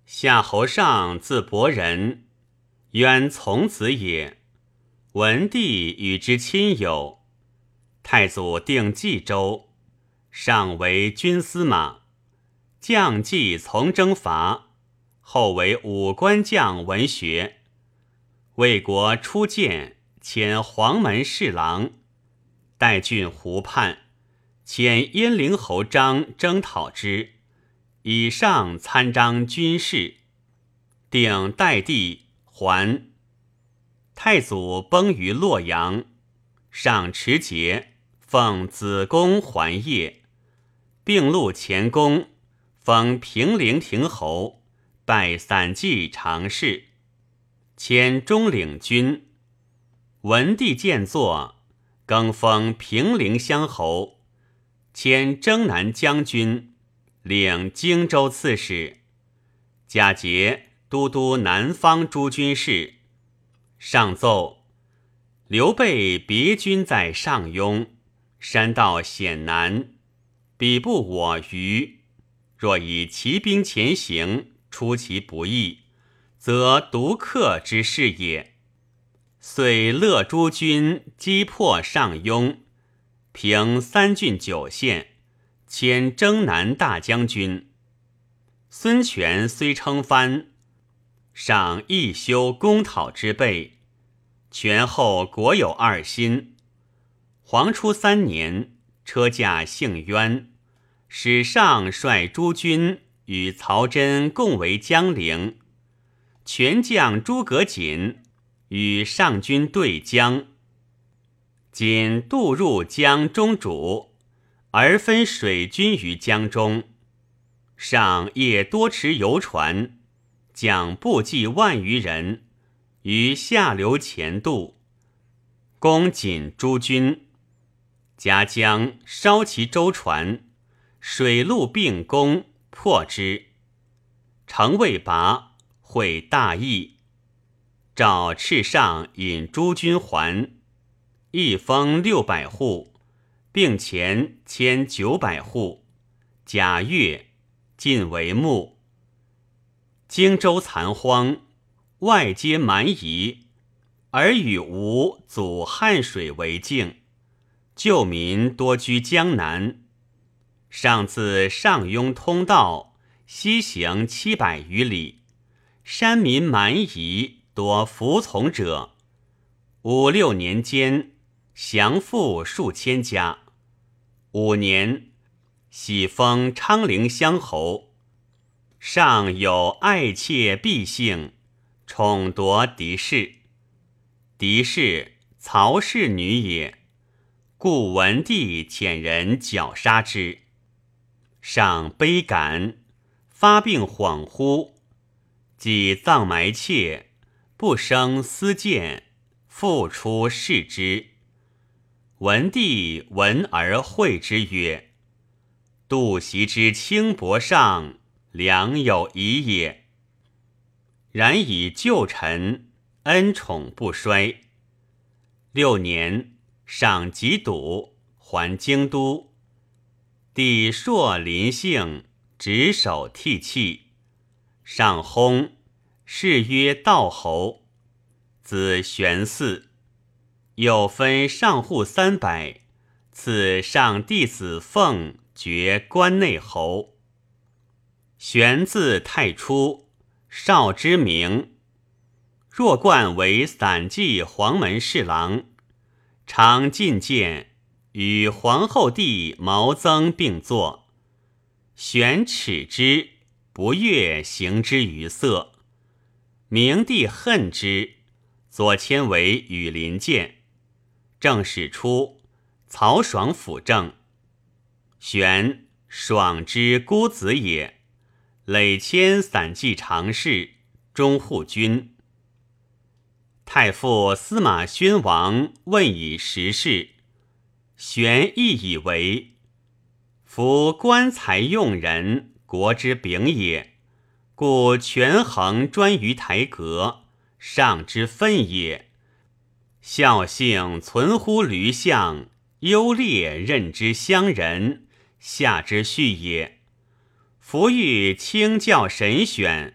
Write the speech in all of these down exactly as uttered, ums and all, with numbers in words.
夏侯尚字伯仁，渊从子也。文帝与之亲友。太祖定冀州，上为军司马，将计从征伐，后为武官将文学。魏国初建，迁黄门侍郎，代郡湖畔，遣鄢陵侯张征讨之，以上参章军事。定代地还。太祖崩于洛阳，上持节，奉子公还业，并录前功，封平陵亭侯，拜散骑常侍，迁中领军。文帝见作，更封平陵乡侯，迁征南将军，领荆州刺史，假节都督南方诸军事。上奏：刘备别军在上庸，山道险难，彼不我虞。若以骑兵前行，出其不意，则独克之势也。遂勒诸军，击破上庸，平三郡九县，迁征南大将军。孙权虽称藩，上亦修攻讨之备。权后国有二心。黄初三年，车驾幸渊，使上率诸军与曹真共为江陵。权将诸葛瑾与上军对江，瑾渡入江中渚，而分水军于江中。上夜多持游船，将部骑万余人于下流前渡，攻瑾诸军。夹江烧其舟船，水陆并攻，破之。城未拔，会大邑，诏敕上引诸军还，一封六百户，并钱千九百户。甲月，尽为牧。荆州残荒，外皆蛮夷，而与吴阻汉水为境，旧民多居江南。上自上庸通道西行七百余里，山民蛮夷，多服从者。五六年间，降附数千家。五年，喜封昌陵乡侯。上有爱妾婢姓，宠夺嫡室。嫡室曹氏女也，故文帝遣人绞杀之。上悲感，发病恍惚，即葬埋妾，不生私见，复出视之。文帝闻而会之曰：杜袭之轻薄上，良有疑也。然以旧臣，恩宠不衰。六年，上疾笃，还京都。帝朔临幸，执手涕泣。上薨，谥曰道侯。子玄嗣。又分上户三百，赐上弟子凤爵关内侯。玄字太初，少之名。若冠为散骑黄门侍郎，常进谏，与皇后弟毛曾并坐。玄耻之，不悦行之于色。明帝恨之，左迁为羽林监。正史初，曹爽辅政。玄，爽之孤子也，累迁散骑常侍，中护军。太傅司马宣王问以时事，玄亦以为：夫官才用人，国之柄也，故权衡专于台阁，上之分也。孝性存乎驴象，优劣任之乡人，下之序也。夫欲清教神选，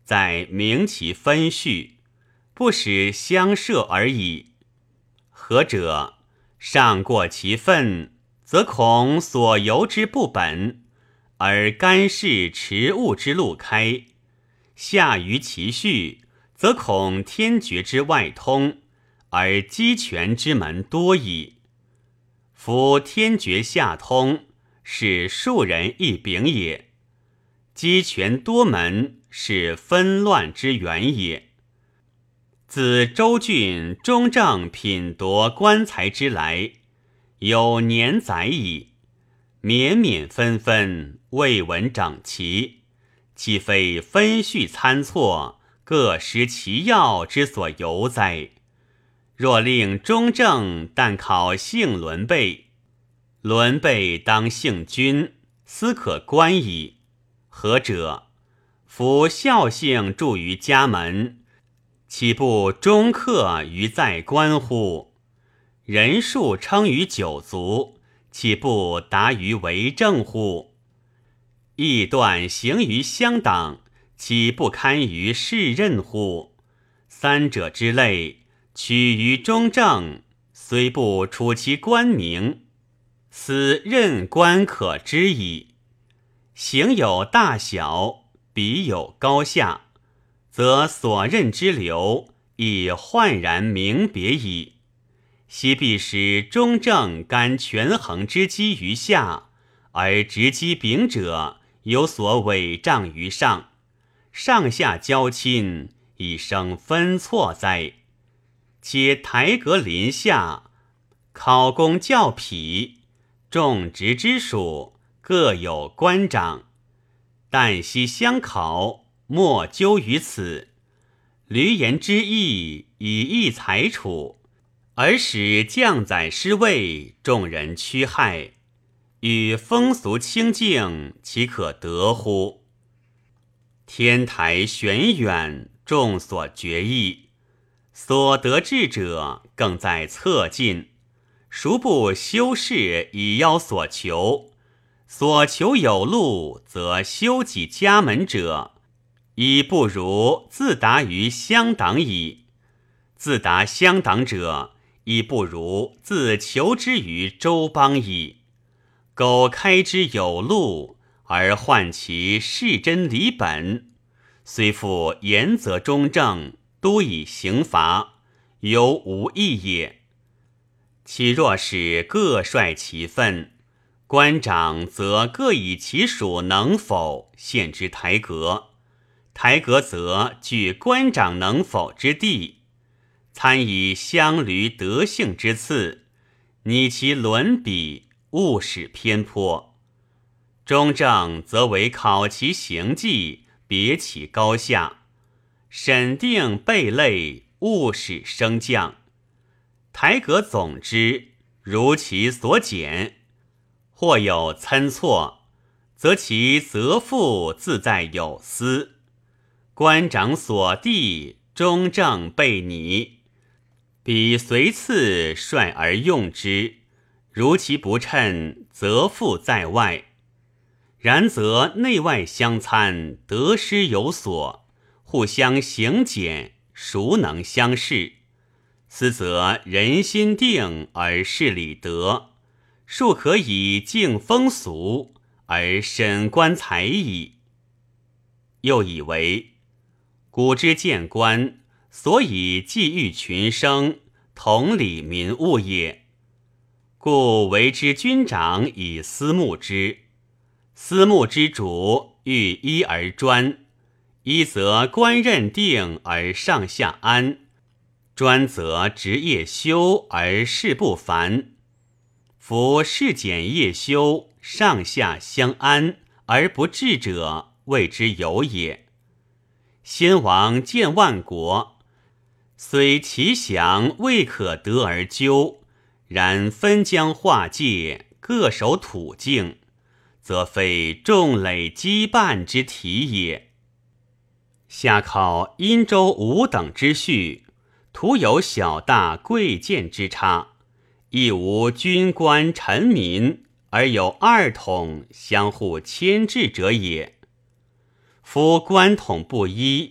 在明其分序，不使相涉而已。何者？上过其分，则恐所由之不本，而干事持物之路开；下于其序，则恐天绝之外通，而鸡权之门多矣。夫天绝下通，是庶人一柄也；鸡权多门，是纷乱之源也。自周郡中正品夺官财之来，有年载矣，绵绵纷纷，未闻整齐，岂非分序参错，各失其要之所由哉？若令中正但考姓伦备，伦备当姓君，斯可观矣。何者？夫孝姓著于家门，岂不终克于在官乎？人数称于九族，岂不达于为政乎？义断行于乡党，岂不堪于世任乎？三者之类，取于中正，虽不处其官名，斯任官可知矣。行有大小，彼有高下，则所任之流已焕然明别矣。昔必使中正干权衡之机于下，而执机柄者有所委仗于上，上下交亲，以生分错哉？且台阁临下，考功教痞，众职之属各有官长，旦夕相考，莫究于此。闾阎之意以义裁处，而使将宰失位，众人趋害，与风俗清静，岂可得乎？天台玄远，众所决议，所得志者更在侧进，孰不修饰以邀所求？所求有路，则修己家门者，已不如自达于乡党矣；自达乡党者，亦不如自求之于周邦矣。苟开之有路，而患其事真理本，虽复严则中正，都以刑罚，犹无益也。其若使各率其分，官长则各以其属能否献之台阁，台阁则据官长能否之地，参以乡闾德性之次，拟其伦比，勿使偏颇。中正则为考其行迹，别其高下，审定备类，勿使升降。台阁总之，如其所简，或有参错，则其责负自在有司。官长所地，中正备拟，彼随次率而用之，如其不称，责负在外。然则内外相参，得失有所，互相行检，孰能相视？斯则人心定而事理得，庶可以敬风俗，而审官才矣。又以为古之谏官，所以济育群生，统理民物也。故为之君长以思慕之，思慕之主欲一而专，一则官任定而上下安，专则职业修而事不烦。夫事简业修，上下相安而不治者，谓之有也。先王建万国，虽其详未可得而究，然分疆划界，各守土境，则非众累羁绊之体也。下考殷周五等之序，徒有小大贵贱之差，亦无君官臣民，而有二统相互牵制者也。夫官统不一，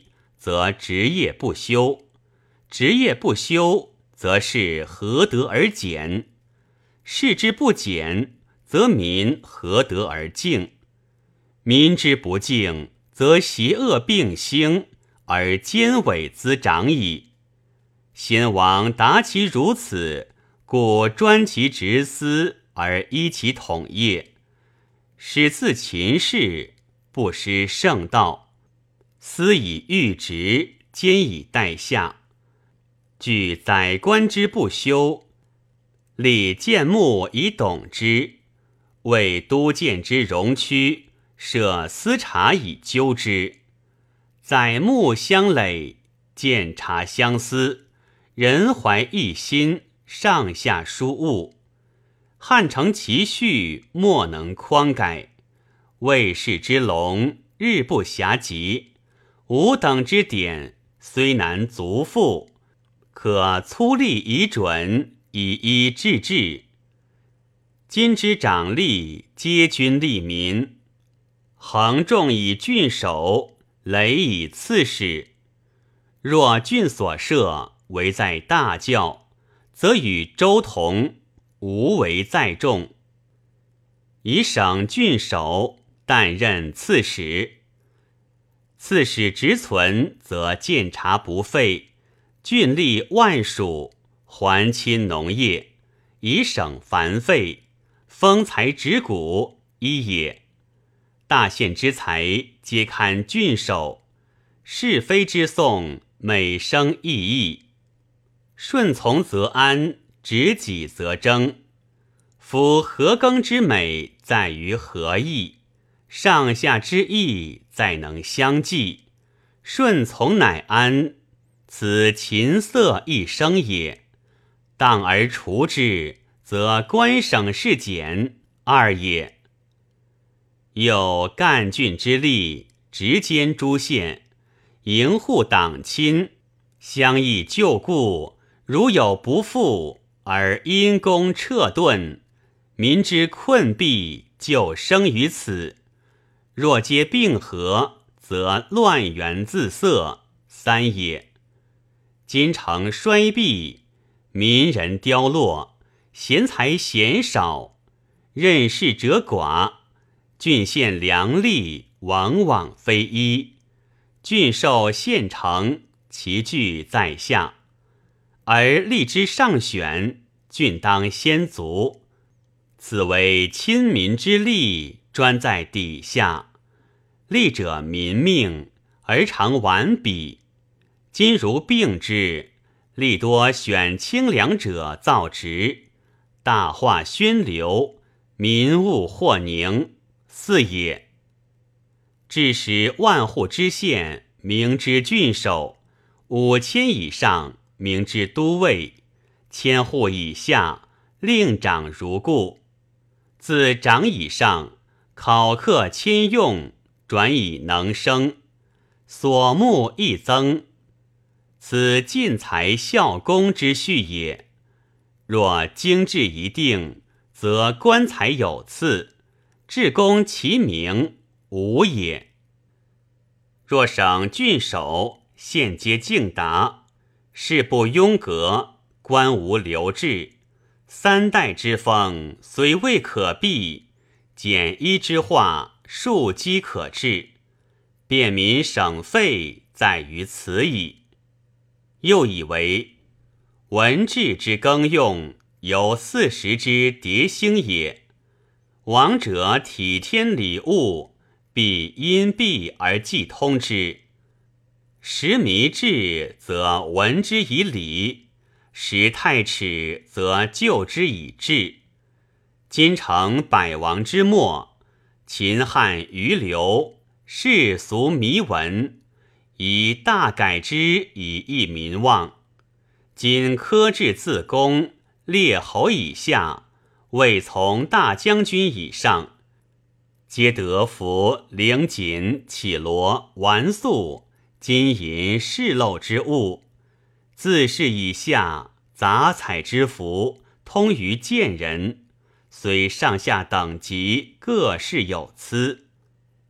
则职业不修；职业不修，则是何德而减？士之不减，则民何德而敬？民之不敬，则邪恶并兴，而奸伪滋长矣。先王达其如此，故专其职司而依其统业，使自秦氏不失圣道，司以御职，兼以待下。据宰官之不修，立谏目以董之，为都监之容屈，设司察以纠之。宰目相累，监察相思，人怀一心，上下疏误。汉承其序，莫能匡改。魏氏之隆，日不暇及。吾等之典，虽难足复，可粗立以准，以一治治。今之长吏，皆君利民，衡重以郡守，累以刺史。若郡所设，为在大教，则与周同，无为在众。以省郡守，但任刺史。刺史职存，则监察不废，郡吏万属，还亲农业，以省繁费，丰财植谷，一也。大县之财，皆堪郡守。是非之讼，每生异议。顺从则安，执己则争。夫和耕之美，在于和义；上下之义，在能相济。顺从乃安，此琴瑟一声也。当而除之，则官省事减，二也。有干郡之吏，执监诸县，营护党亲，相议旧故，如有不复，而因公撤顿，民之困弊就生于此。若皆并合，则乱源自塞，三也。今城衰弊，民人凋落，贤才鲜少，任事者寡，郡县良吏往往非一，郡守县城，其据在下，而吏之上选，郡当先足。此为亲民之吏，专在底下。吏者民命，而常顽鄙。今如并之，吏多选清良者造职，大化宣流，民物或宁，四也。致使万户之县，名之郡守；五千以上，名之都尉；千户以下，令长如故。自长以上，考课迁用，转以能生，所目亦增。此进财效功之序也。若经制一定，则官财有次，至公其名，无也。若省郡守，县皆敬达，事不庸格，官无流滞，三代之风，虽未可避，简一之化，庶几可治，便民省费，在于此矣。又以为文治之耕用，有四时之迭兴也。王者体天理物，必因蔽而既通之。时弥至，则闻之以理；时太迟，则就之以治。今成百王之末，秦汉余流，世俗弥闻，以大改之以益民望。今科制自公，列侯以下，未从大将军以上，皆得服领锦、绮罗、玩素、金银饰漏之物，自是以下，杂彩之服，通于见人，虽上下等级各事有疵。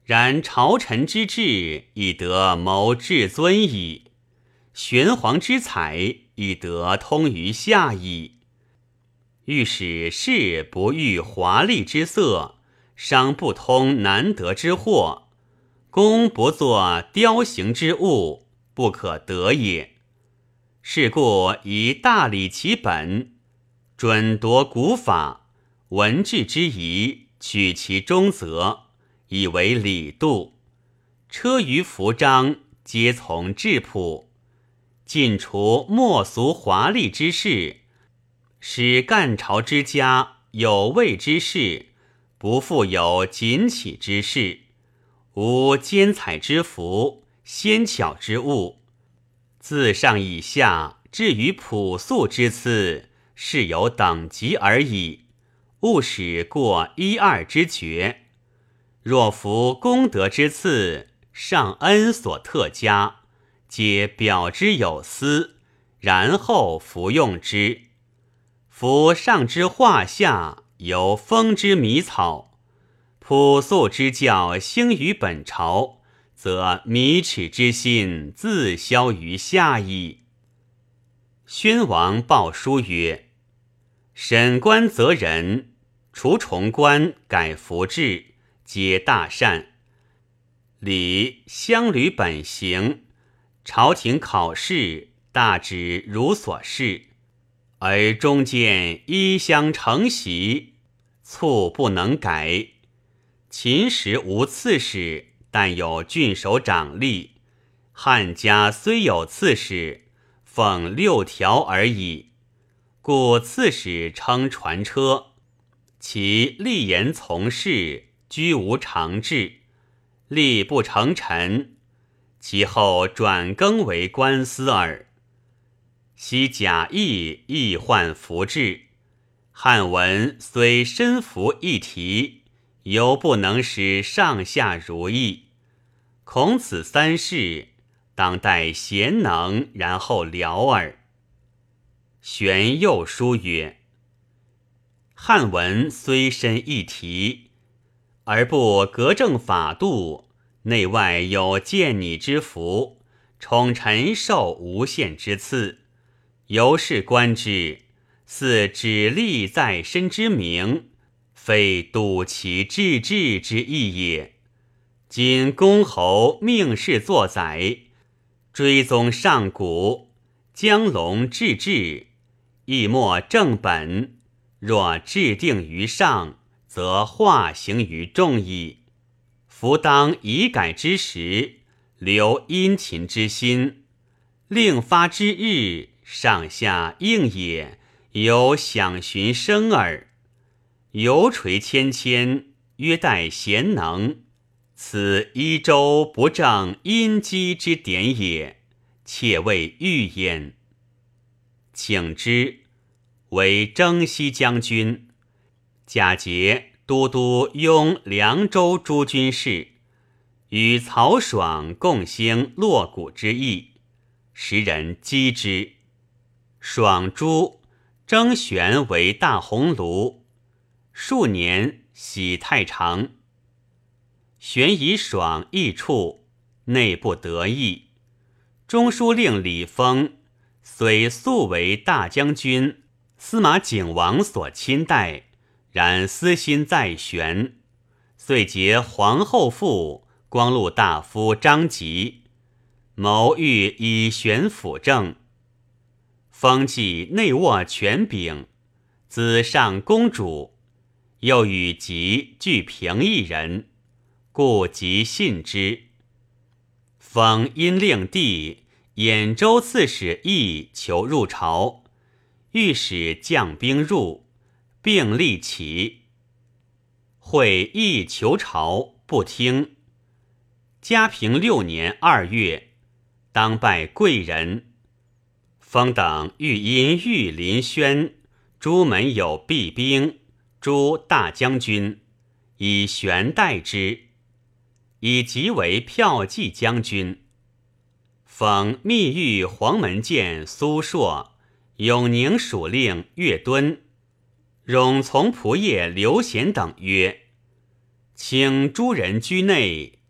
然朝臣之志，以得谋至尊矣；玄黄之才，以得通于下矣。欲使士不欲华丽之色，商不通难得之货，工不作雕形之物，不可得也。是故以大理其本，准夺古法，文治之宜，取其中则，以为礼度。车舆服章，皆从质朴，尽除莫俗华丽之事，使干朝之家有位之士，不复有锦起之事，无兼彩之服，纤巧之物。自上以下，至于朴素之次，是有等级而已，勿使过一二之绝。若服功德之次，上恩所特加，皆表之有司，然后服用之。夫上之画下，有风之迷草，朴素之教兴于本朝，则迷耻之心自消于下矣。宣王报书曰：审官择人，除重官，改服制，皆大善。礼乡旅本行，朝廷考试，大旨如所示，而中间衣香承袭，卒不能改。秦时无刺史，但有郡守长吏；汉家虽有刺史，奉六条而已。故刺史称传车，其立言从事，居无常制，吏不成臣，其后转更为官司耳。昔贾谊亦患服制，汉文虽身服一题，犹不能使上下如意。孔子三世，当待贤能，然后聊耳。玄又书曰：汉文虽深一题，而不革正法度，内外有见拟之福，宠臣受无限之赐，由是观之，似指力在身之名，非笃其治治之意也。今公侯命世作宰，追宗上古，将龙治治，亦莫正本。若制定于上，则化行于众矣。夫当以改之时，留殷勤之心，令发之日，上下应也，有享寻生耳。犹垂谦谦，约待贤能，此一周不正殷基之典也，切谓欲焉。请之，为征西将军，假节都督雍凉州诸军事，与曹爽共兴洛谷之役，时人击之。爽诛，征玄为大鸿胪，数年徙太常。玄以爽易处，内不得意。中书令李丰虽素为大将军、司马景王所亲待，然私心在玄，遂结皇后父、光禄大夫张吉，谋欲以玄辅政。封记内握权柄，子上公主，又与吉俱平邑人，故吉信之。封因令弟兖州刺史义求入朝，欲使将兵入，并立起。会义求朝，不听。嘉平六年二月，当拜贵人。封等欲因御林轩，诸门有弊兵，诸大将军，以玄代之，以即为骠骑将军。封密谕黄门监苏硕、永宁属令岳敦、冗从仆射刘贤等曰：请诸人居内，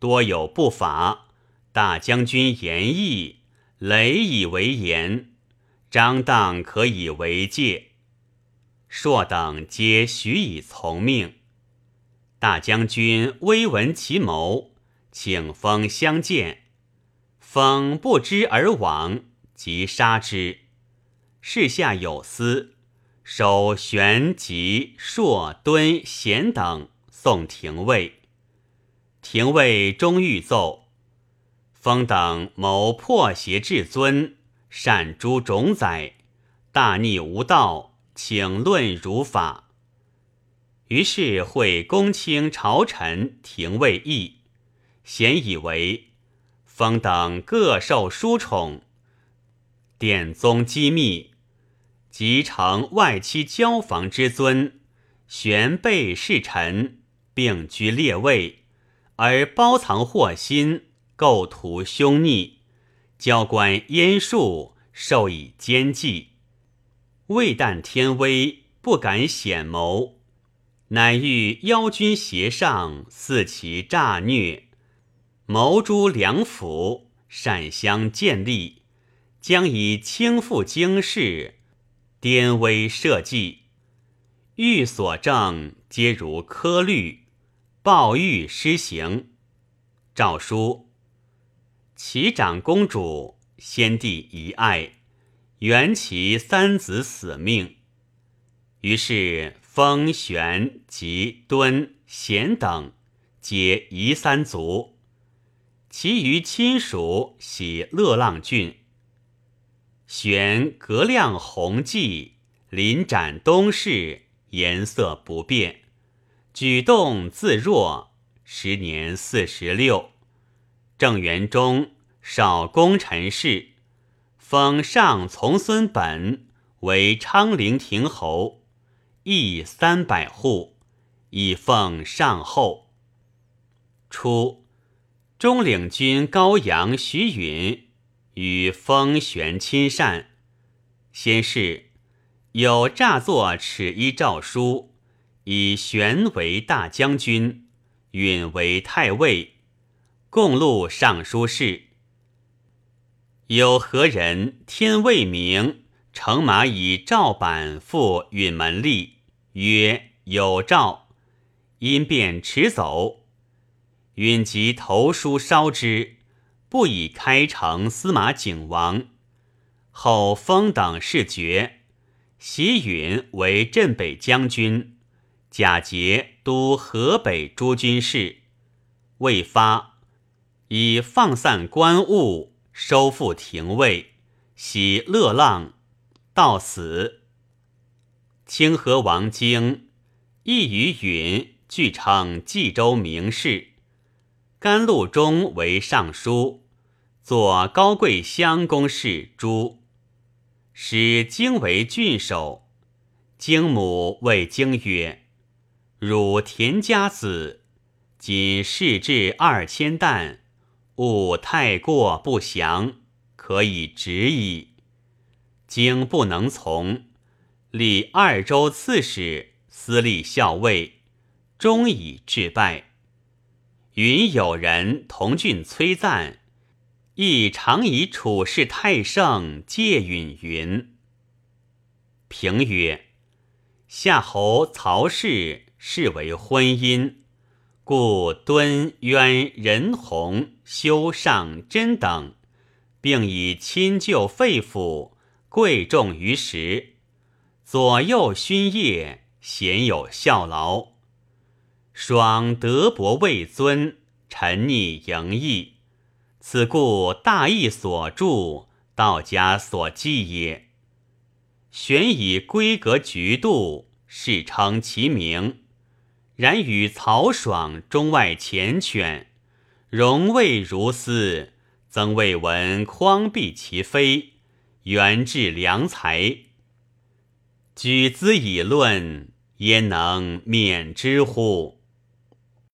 多有不法，大将军言议，累以为言，张当可以为戒。朔等皆许以从命。大将军微闻其谋，请封相见。封不知而往，即杀之。事下有司，守玄、吉、朔、敦、咸等送廷尉。廷尉终欲奏，封等谋破邪至尊，擅诛种宰，大逆无道，请论如法。于是会公卿朝臣廷尉议，咸以为封等各受殊宠，典宗机密，即承外戚交房之尊，玄备侍臣，并居列位，而包藏祸心，构图凶逆，交官阉术，授以奸计。未旦天威，不敢显谋，乃欲邀军胁上，肆其诈虐，谋诛良辅，擅相建立，将以轻负经世，颠威社稷。欲所证皆如科律，报欲施行。诏书：齐长公主，先帝遗爱，原其三子死命。于是封玄、吉、敦、咸等皆夷三族，其余亲属徙乐浪郡。玄格量弘济，临斩东市，颜色不变，举动自若，时年四十六。正元中，少功臣事，封上从孙本为昌陵亭侯，邑三百户，以奉上后。初，中领军高阳徐允与封玄亲善，先是有诈作敕衣诏书，以玄为大将军，允为太尉，共录尚书事。有何人天未明，乘马以诏板赴允门吏，曰有诏，因便驰走。允即投书烧之，不以开城司马景王。后封等事决，袭允为镇北将军，假节都河北诸军事。未发，以放散官务，收复廷尉，徙乐浪，到死。清河王经亦与允俱称冀州名士。甘露中为尚书，作高贵乡公事朱，使经为郡守。经母谓经曰：汝田家子，仅市治二千担，勿太过不详，可以止矣。经不能从，立二州刺史，司隶校尉，终以致败。允有人同郡崔赞，亦常以处事太盛借允云。评曰：夏侯曹氏视为婚姻，故敦、渊、任弘、修、尚、真等，并以亲旧肺腑，贵重于时，左右勋业，鲜有效劳。爽德薄位尊，沉溺盈溢，此故大义所著，道家所记也。玄以规格局度，世称其名，然与曹爽中外缱绻，容未如斯，曾未闻匡避其非，元治良才。举兹以论，焉能免之乎？